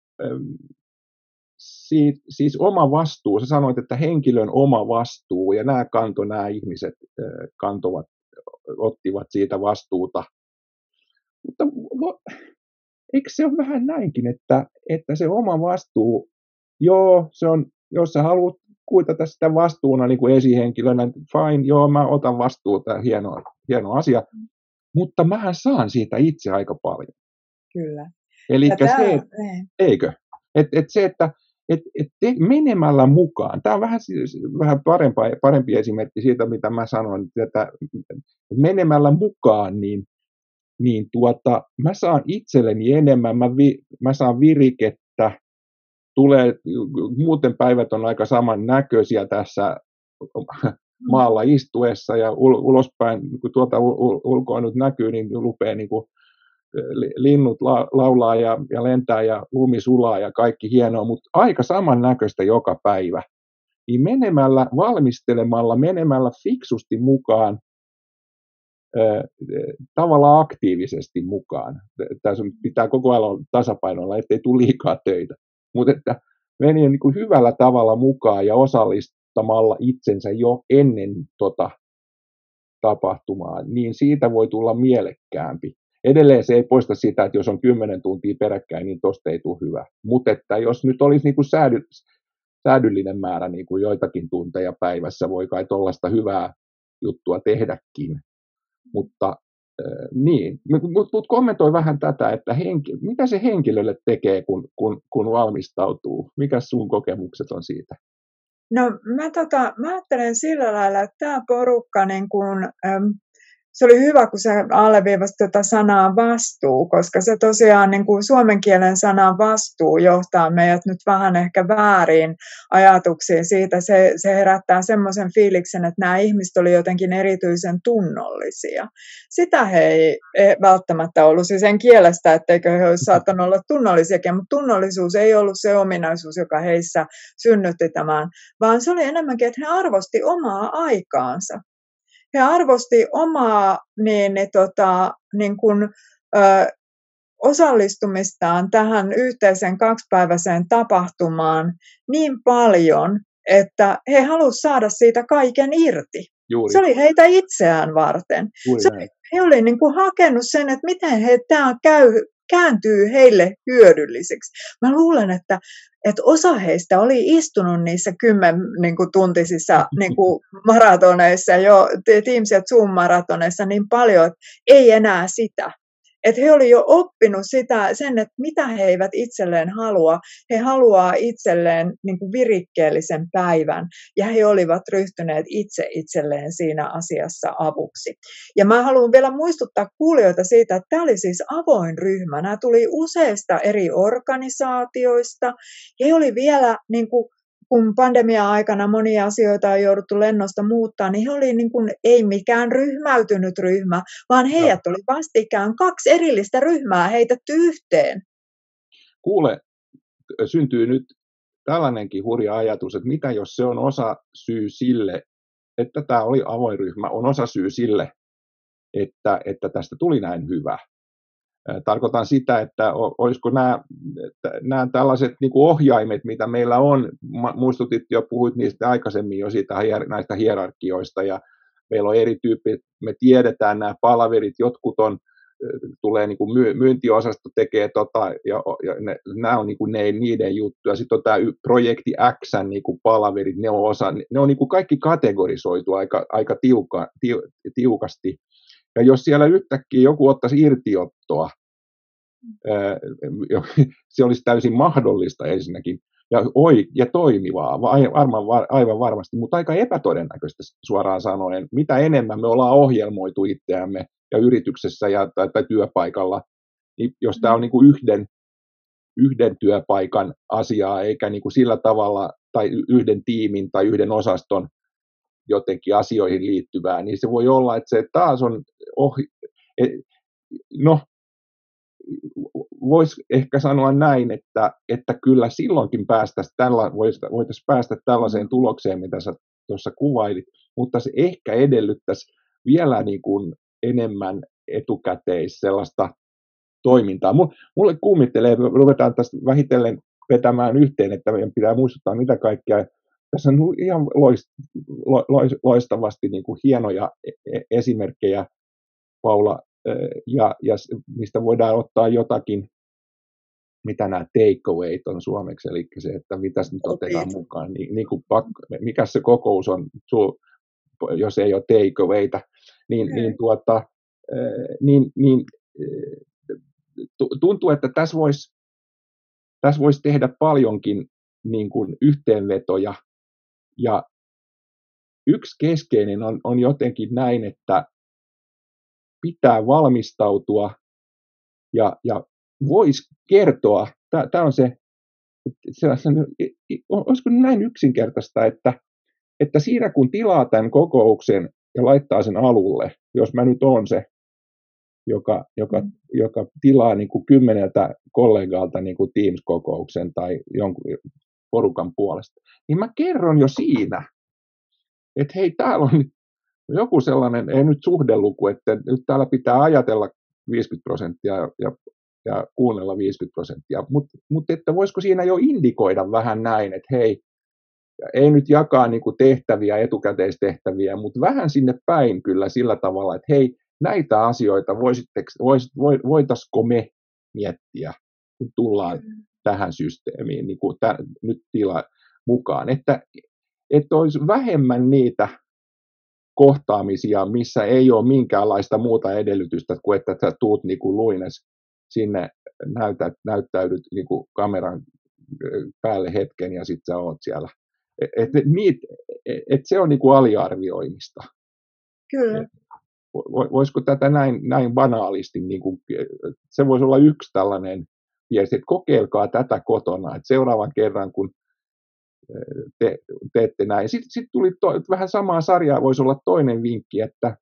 siis oma vastuu, sä sanoit, että henkilön oma vastuu, ja nämä ihmiset ottivat siitä vastuuta. Mutta eikö se ole vähän näinkin, että se oma vastuu, se on, jos sä haluat kuitata sitä vastuuna niin kuin esihenkilönä, fine, mä otan vastuuta, hieno asia, mutta mähän saan siitä itse aika paljon. Kyllä. Eli eikö? Se, että menemällä mukaan, tämä on vähän parempi esimerkki siitä, mitä mä sanoin, että menemällä mukaan, niin mä saan itselleni enemmän, mä saan virikettä, muuten päivät on aika samannäköisiä tässä maalla istuessa ja ulospäin, kun tuolta ulkoa nyt näkyy, niin rupeaa niin kuin linnut laulaa ja lentää ja lumi sulaa ja kaikki hienoa, mutta aika samannäköistä joka päivä. Niin valmistelemalla, menemällä fiksusti mukaan, tavallaan aktiivisesti mukaan. Tässä pitää koko ajan olla tasapainolla, ettei tule liikaa töitä. Mutta että meni niin kuin hyvällä tavalla mukaan ja osallistamalla itsensä jo ennen tapahtumaa, niin siitä voi tulla mielekkäämpi. Edelleen se ei poista sitä, että jos on 10 tuntia peräkkäin, niin tosta ei tule hyvä. Mutta että jos nyt olisi niin kuin säädyllinen määrä niin kuin joitakin tunteja päivässä, voi kai tuollaista hyvää juttua tehdäkin. Mutta niin, mutta kommentoi vähän tätä, että mitä se henkilölle tekee, kun valmistautuu? Mikä sun kokemukset on siitä? No mä ajattelen sillä lailla, että tämä porukka niin kun, se oli hyvä, kun sä alleviivasit tätä sanaa vastuu, koska se tosiaan niin kuin suomen kielen sana vastuu johtaa meidät nyt vähän ehkä väärin ajatuksiin siitä. Se herättää semmoisen fiiliksen, että nämä ihmiset oli jotenkin erityisen tunnollisia. Sitä he ei välttämättä ollut siis sen kielestä, etteikö he olisi saattanut olla tunnollisiakin, mutta tunnollisuus ei ollut se ominaisuus, joka heissä synnytti tämän, vaan se oli enemmänkin, että he arvosti omaa aikaansa. He arvosti omaa niin kuin, osallistumistaan tähän yhteiseen 2-päiväiseen tapahtumaan niin paljon, että he halusivat saada siitä kaiken irti. Juuri. Se oli heitä itseään varten. He olivat niin kuin hakenut sen, että miten tämä kääntyy heille hyödylliseksi. Mä luulen, että osa heistä oli istunut niissä 10-tuntisissa maratoneissa, jo Teams- ja Zoom-maratoneissa niin paljon, että ei enää sitä. Että he olivat jo oppinut sen, että mitä he eivät itselleen halua. He haluaa itselleen niin kuin virikkeellisen päivän, ja he olivat ryhtyneet itselleen siinä asiassa avuksi. Ja mä haluan vielä muistuttaa kuulijoita siitä, että tämä oli siis avoin ryhmä. Nämä tuli useista eri organisaatioista. He oli vielä niin kuin, kun pandemia-aikana monia asioita on jouduttu lennosta muuttaa, niin he oli niin kuin, ei mikään ryhmäytynyt ryhmä, vaan heidät oli vastikään 2 erillistä ryhmää heitetty yhteen. Kuule, syntyy nyt tällainenkin hurja ajatus, että mitä jos se on osa syy sille, että tämä oli avoin ryhmä, on osa syy sille, että tästä tuli näin hyvä. Tarkoitan sitä, että olisiko nämä tällaiset niin kuin ohjaimet, mitä meillä on, muistutit jo, puhuit niistä aikaisemmin jo siitä, näistä hierarkioista, ja meillä on eri tyyppiä, me tiedetään nämä palaverit, jotkut tulee niin kuin myyntiosasto tekee ja nämä on niin kuin niiden juttuja, sitten on tämä projekti X niin kuin palaverit, ne on niin kuin kaikki kategorisoitu aika tiukasti. Ja jos siellä yhtäkkiä joku ottaisi irtiottoa, se olisi täysin mahdollista ensinnäkin ja toimivaa, aivan varmasti, mutta aika epätodennäköistä suoraan sanoen. Mitä enemmän me ollaan ohjelmoitu itseämme ja yrityksessä tai työpaikalla, niin jos tämä on niin kuin yhden työpaikan asiaa, eikä niin kuin sillä tavalla, tai yhden tiimin tai yhden osaston jotenkin asioihin liittyvää, niin se voi olla, että se taas on voisi ehkä sanoa näin, että kyllä silloinkin voitaisiin päästä tällaiseen tulokseen, mitä sä tuossa kuvailit, mutta se ehkä edellyttäisi vielä niin kuin enemmän etukäteis sellaista toimintaa. Mulle kummittelee, ruvetaan tästä vähitellen vetämään yhteen, että meidän pitää muistuttaa, mitä kaikkea. Tässä on ihan loistavasti niin kuin hienoja esimerkkejä, Paula, ja mistä voidaan ottaa jotakin, mitä nämä takeawayt on suomeksi, eli se, että mitäs nyt otetaan mukaan, mikä se kokous on, jos ei ole takeawayta, tuntuu, että tässä voisi tehdä paljonkin niin kuin yhteenvetoja, ja yksi keskeinen on jotenkin näin, että pitää valmistautua ja voisi kertoa, tämä on se, olisiko näin yksinkertaista, että siinä kun tilaa tämän kokouksen ja laittaa sen alulle, jos mä nyt oon se, joka tilaa niin kuin 10 kollegalta niin kuin Teams-kokouksen tai jonkun porukan puolesta, niin mä kerron jo siinä, että hei, täällä on joku sellainen, ei nyt suhdeluku, että nyt täällä pitää ajatella 50% ja kuunnella 50%, mutta että voisiko siinä jo indikoida vähän näin, että hei, ei nyt jakaa niin kuin tehtäviä, etukäteistehtäviä, mutta vähän sinne päin kyllä sillä tavalla, että hei, näitä asioita voitaisiko me miettiä, kun tullaan tähän systeemiin, niin kuin nyt tila mukaan, että olisi vähemmän niitä kohtaamisia, missä ei ole minkäänlaista muuta edellytystä kuin että sä tuut niin kuin luines sinne, näyttäydyt niin kuin kameran päälle hetken ja sitten sä oot siellä. Et se on niin kuin aliarvioimista. Kyllä. voisiko tätä näin banaalisti, niin kuin, se voisi olla yksi tällainen viesti, että kokeilkaa tätä kotona, että seuraavan kerran, kun teette näin. Sitten tuli vähän samaa sarjaa, voisi olla toinen vinkki,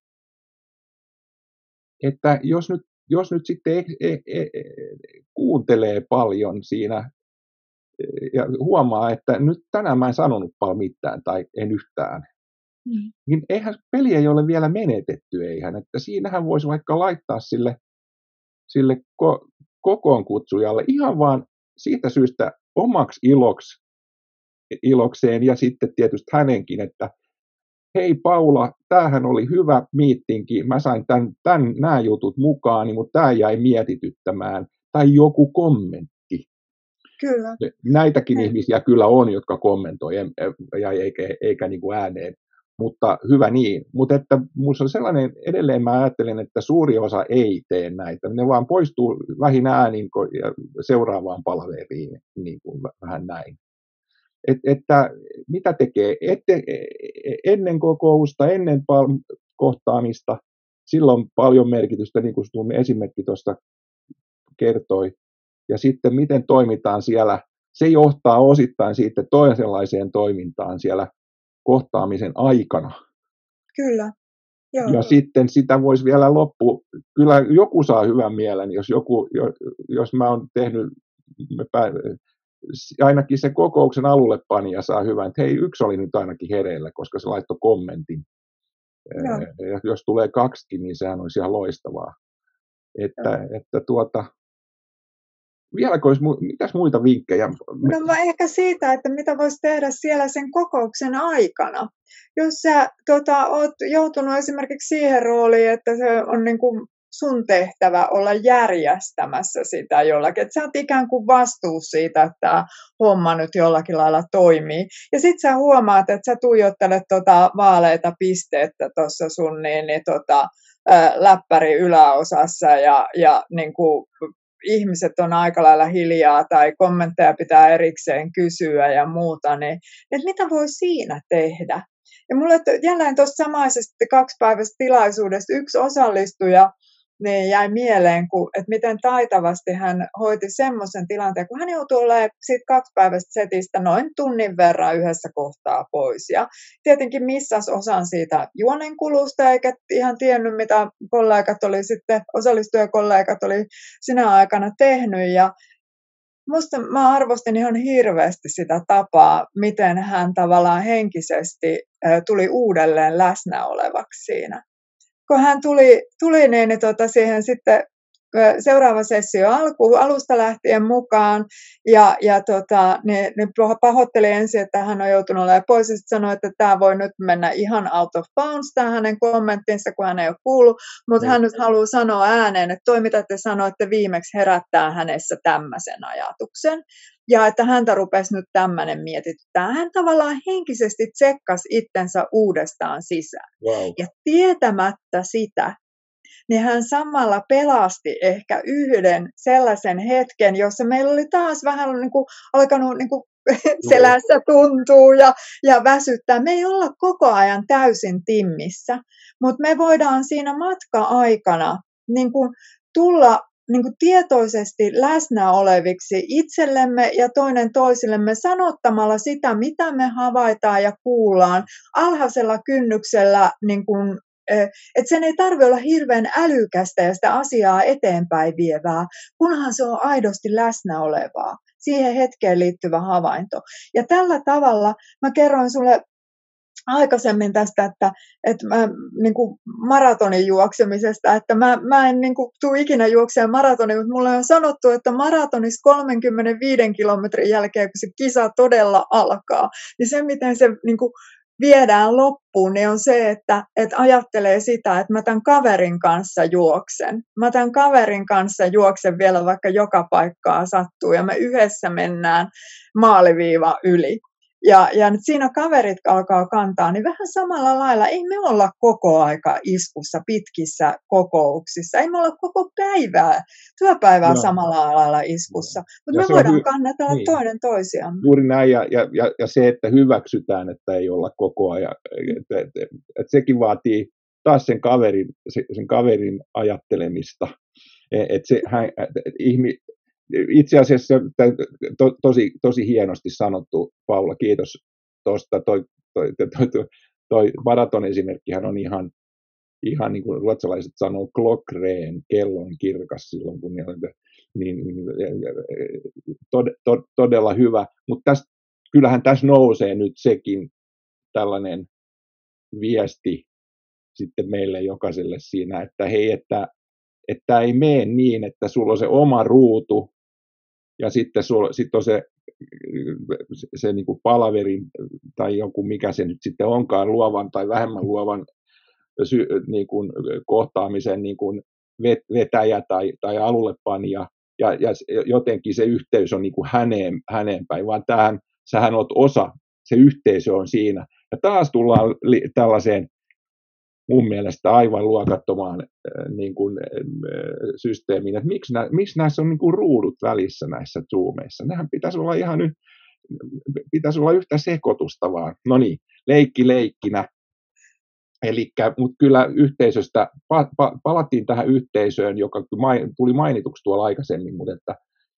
että jos nyt sitten kuuntelee paljon siinä ja huomaa, että nyt tänään mä en sanonut paljon mitään tai en yhtään, niin eihän peli ei ole vielä menetetty, eihän. Että siinähän voisi vaikka laittaa sille kokoonkutsujalle ihan vaan siitä syystä omaksi ilokseen ja sitten tietysti hänenkin, että hei Paula, tämähän oli hyvä miittinki, mä sain nämä jutut mukaan, mutta tämä jäi mietityttämään, tai joku kommentti. Kyllä. Näitäkin ihmisiä kyllä on, jotka kommentoi eikä niin kuin ääneen, mutta hyvä niin. Mutta että minusta on sellainen, edelleen mä ajattelen, että suuri osa ei tee näitä, ne vaan poistuu vähin äänin ja seuraavaan palaveriin, niin kuin vähän näin. Että mitä tekee ennen kokousta, ennen kohtaamista, sillä on paljon merkitystä, niin kuin sun esimerkki tuosta kertoi. Ja sitten miten toimitaan siellä, se johtaa osittain siitä toisenlaiseen toimintaan siellä kohtaamisen aikana. Kyllä. Joo. Ja sitten sitä voisi vielä kyllä joku saa hyvän mielen, jos mä oon tehnyt, ainakin se kokouksen alulle panija saa hyvän, että hei, yksi oli nyt ainakin hereillä, koska se laittoi kommentin. Ja jos tulee kaksikin, niin sehän olisi ihan loistavaa. Vieläkö olisi mitäs muita vinkkejä? No ehkä siitä, että mitä voisi tehdä siellä sen kokouksen aikana. Jos sä oot joutunut esimerkiksi siihen rooliin, että se on niin kuin sun tehtävä olla järjestämässä sitä jollakin. Että sä oot ikään kuin vastuussa siitä, että tämä homma nyt jollakin lailla toimii. Ja sit sä huomaat, että sä tuijottelet vaaleita pistettä tuossa sun läppäri yläosassa ja niin kuin ihmiset on aika lailla hiljaa tai kommentteja pitää erikseen kysyä ja muuta, niin että mitä voi siinä tehdä? Ja mulle jälleen tuosta samaisesta 2-päiväisestä tilaisuudesta yksi osallistuja niin jäi mieleen, että miten taitavasti hän hoiti semmoisen tilanteen, kun hän joutui olemaan siitä 2-päiväisestä setistä noin tunnin verran yhdessä kohtaa pois. Ja tietenkin missasi osan siitä juonenkulusta, eikä ihan tiennyt, mitä osallistujakollegat oli sinä aikana tehnyt. Ja mä arvostin ihan hirveästi sitä tapaa, miten hän tavallaan henkisesti tuli uudelleen läsnä olevaksi siinä. Kun hän tuli niin siihen sitten seuraava sessio alusta lähtien mukaan niin pahoitteli ensin, että hän on joutunut olemaan pois ja sitten sanoi, että tämä voi nyt mennä ihan out of bounds, tämä hänen kommenttinsa, kun hän ei ole kuullut, mutta hän nyt haluaa sanoa ääneen, että toi mitä te sanoitte viimeksi herättää hänessä tämmöisen ajatuksen. Ja että häntä rupesi nyt tämmöinen mietityttää. Hän tavallaan henkisesti tsekkasi itsensä uudestaan sisään. Wow. Ja tietämättä sitä, niin hän samalla pelasti ehkä yhden sellaisen hetken, jossa meillä oli taas vähän niin kuin alkanut niin kuin selässä tuntuu ja väsyttää. Me ei olla koko ajan täysin timmissä, mutta me voidaan siinä matka-aikana niin kuin tulla niin kuin tietoisesti läsnä oleviksi itsellemme ja toinen toisillemme sanottamalla sitä, mitä me havaitaan ja kuullaan alhaisella kynnyksellä, niin kuin, että sen ei tarvitse olla hirveän älykästä ja sitä asiaa eteenpäin vievää, kunhan se on aidosti läsnä olevaa, siihen hetkeen liittyvä havainto. Ja tällä tavalla mä kerroin sulle aikaisemmin tästä, että mä, niin kuin maratonin juoksemisesta, että mä en niin kuin tule ikinä juokseen maratonin, mutta mulle on sanottu, että maratonissa 35 kilometrin jälkeen, kun se kisa todella alkaa, niin se, miten se niin kuin viedään loppuun, niin on se, että ajattelee sitä, että mä tämän kaverin kanssa juoksen. Mä tämän kaverin kanssa juoksen vielä, vaikka joka paikkaa sattuu, ja me yhdessä mennään maaliviiva yli. Ja nyt siinä kaverit alkaa kantaa, niin vähän samalla lailla ei me olla koko aika iskussa pitkissä kokouksissa. Ei me olla koko työpäivää samalla lailla iskussa, mutta me voidaan kannatella niin toinen toisiamme. Juuri näin, ja se, että hyväksytään, että ei olla koko ajan, että sekin vaatii taas sen kaverin ajattelemista. Itse asiassa tosi hienosti sanottu, Paula, kiitos tuosta. Toi maraton-esimerkkihän on ihan niin kuin ruotsalaiset sanoo, klockreen, kello on kirkas silloin, kun todella hyvä. Mutta kyllähän tässä nousee nyt sekin tällainen viesti sitten meille jokaiselle siinä, että hei, että ei mene niin, että sulla on se oma ruutu ja sitten on se niin kuin palaverin tai joku, mikä se nyt sitten onkaan, luovan tai vähemmän luovan niin kuin kohtaamisen niin kuin vetäjä tai alullepanija, ja jotenkin se yhteys on niin kuin häneen päin, vaan sähän olet osa, se yhteisö on siinä. Ja taas tullaan tällaiseen mun mielestä aivan luokattomaan niin kuin, systeemiin, että miksi näissä on niin kuin ruudut välissä näissä Zoomeissa. Nehän pitäisi olla yhtä sekoitusta vaan. No niin, leikki leikkinä. Mutta kyllä yhteisöstä, palattiin tähän yhteisöön, joka tuli mainituksi tuolla aikaisemmin, mutta että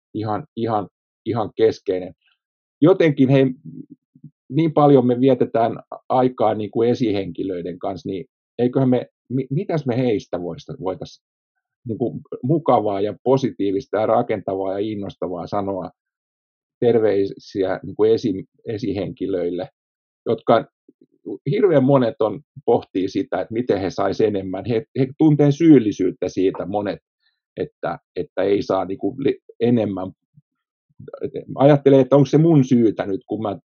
ihan keskeinen. Jotenkin niin paljon me vietetään aikaa niin kuin esihenkilöiden kanssa, niin eiköhän mitäs me heistä voitaisiin niin kuin mukavaa ja positiivista ja rakentavaa ja innostavaa sanoa terveisiä niin kuin esihenkilöille, jotka hirveän monet pohtii sitä, että miten he saisi enemmän. He tuntee syyllisyyttä siitä monet, että ei saa niin kuin enemmän. Ajattelee, että onko se mun syytä nyt,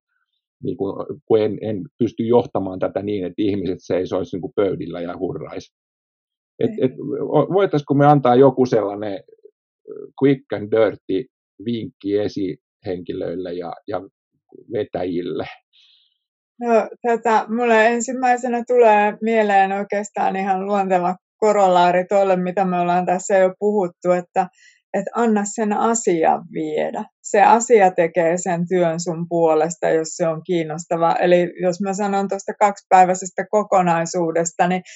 kun en pysty johtamaan tätä niin, että ihmiset seisoisi niin kuin pöydillä ja hurraisi. Voitaisiko me antaa joku sellainen quick and dirty vinkki esihenkilöille ja vetäjille? No, mulle ensimmäisenä tulee mieleen oikeastaan ihan luonteva korollaari tuolle, mitä me ollaan tässä jo puhuttu, että anna sen asian viedä. Se asia tekee sen työn sun puolesta, jos se on kiinnostava. Eli jos mä sanon tuosta 2-päiväisestä kokonaisuudesta, niin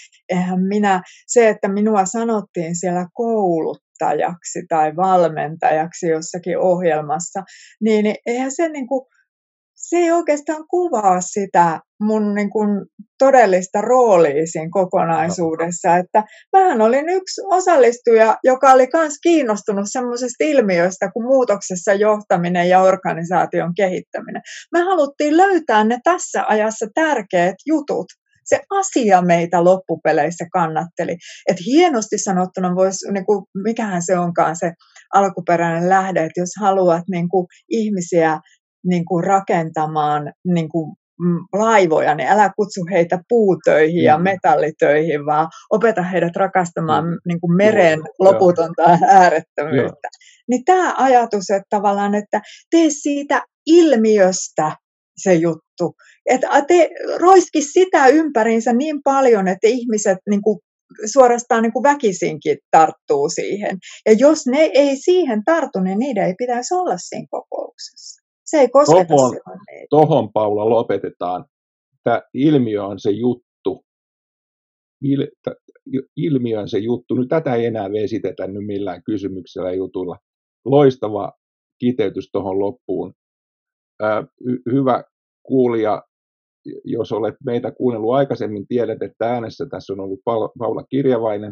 se, että minua sanottiin siellä kouluttajaksi tai valmentajaksi jossakin ohjelmassa, niin eihän se se ei oikeastaan kuvaa sitä mun todellista roolia siinä kokonaisuudessa. Että mähän olin yksi osallistuja, joka oli myös kiinnostunut semmoisesta ilmiöistä kuin muutoksessa johtaminen ja organisaation kehittäminen. Me haluttiin löytää ne tässä ajassa tärkeät jutut. Se asia meitä loppupeleissä kannatteli. Että hienosti sanottuna voisi, mikähän se onkaan se alkuperäinen lähde, että jos haluat ihmisiä rakentamaan laivoja, niin älä kutsu heitä puutöihin ja metallitöihin, vaan opeta heidät rakastamaan meren loputonta äärettömyyttä. Niin tämä ajatus, että tavallaan, että tee siitä ilmiöstä se juttu, että roiski sitä ympäriinsä niin paljon, että ihmiset suorastaan väkisinkin tarttuu siihen. Ja jos ne ei siihen tartu, niin niiden ei pitäisi olla siinä kokouksessa. Se ei kosketa meitä. Tohon, Paula, lopetetaan. Tämä ilmiö on se juttu. Ilmiö on se juttu. Nyt tätä ei enää vesitetä nyt millään kysymyksellä jutulla. Loistava kiteytys tuohon loppuun. Hyvä kuulija, jos olet meitä kuunnellut aikaisemmin, tiedät, että äänessä tässä on ollut Paula Kirjavainen,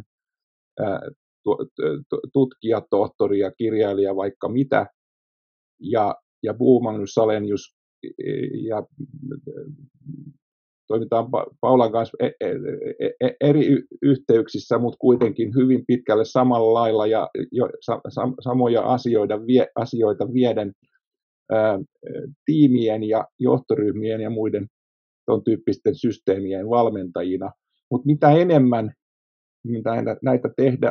tutkija, tohtori ja kirjailija, vaikka mitä, ja Bo-Magnus Salenius, ja toimitaan Paulan kanssa eri yhteyksissä, mutta kuitenkin hyvin pitkälle samalla lailla ja samoja asioita vieden tiimien ja johtoryhmien ja muiden tuon tyyppisten systeemien valmentajina. Mutta mitä enemmän näitä tehdä,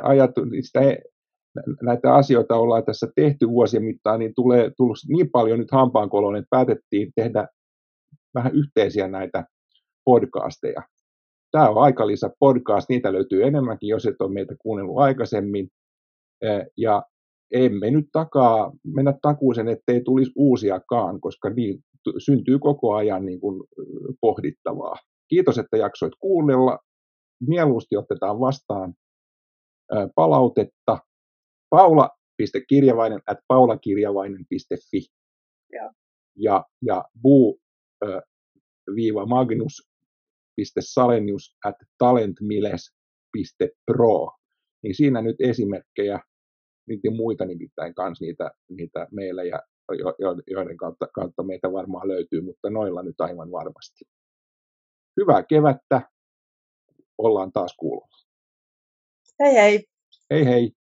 näitä asioita ollaan tässä tehty vuosien mittaan, niin tullut niin paljon nyt hampaankoloon, että päätettiin tehdä vähän yhteisiä näitä podcasteja. Tämä on Aikalisä podcast, niitä löytyy enemmänkin, jos et ole meitä kuunnellut aikaisemmin. Ja emme nyt mennä takuuseen, ettei tulisi uusiakaan, koska niin syntyy koko ajan niin kuin pohdittavaa. Kiitos, että jaksoit kuunnella. mieluusti otetaan vastaan palautetta paula.kirjavainen@paulakirjavainen.fi ja bu-magnus.salenius@talentmiles.pro. Niin siinä nyt esimerkkejä, niitä muita nimittäin kanssa niitä meilejä, joiden kautta meitä varmaan löytyy, mutta noilla nyt aivan varmasti. Hyvää kevättä, ollaan taas kuulolla. Hei hei! Hei hei!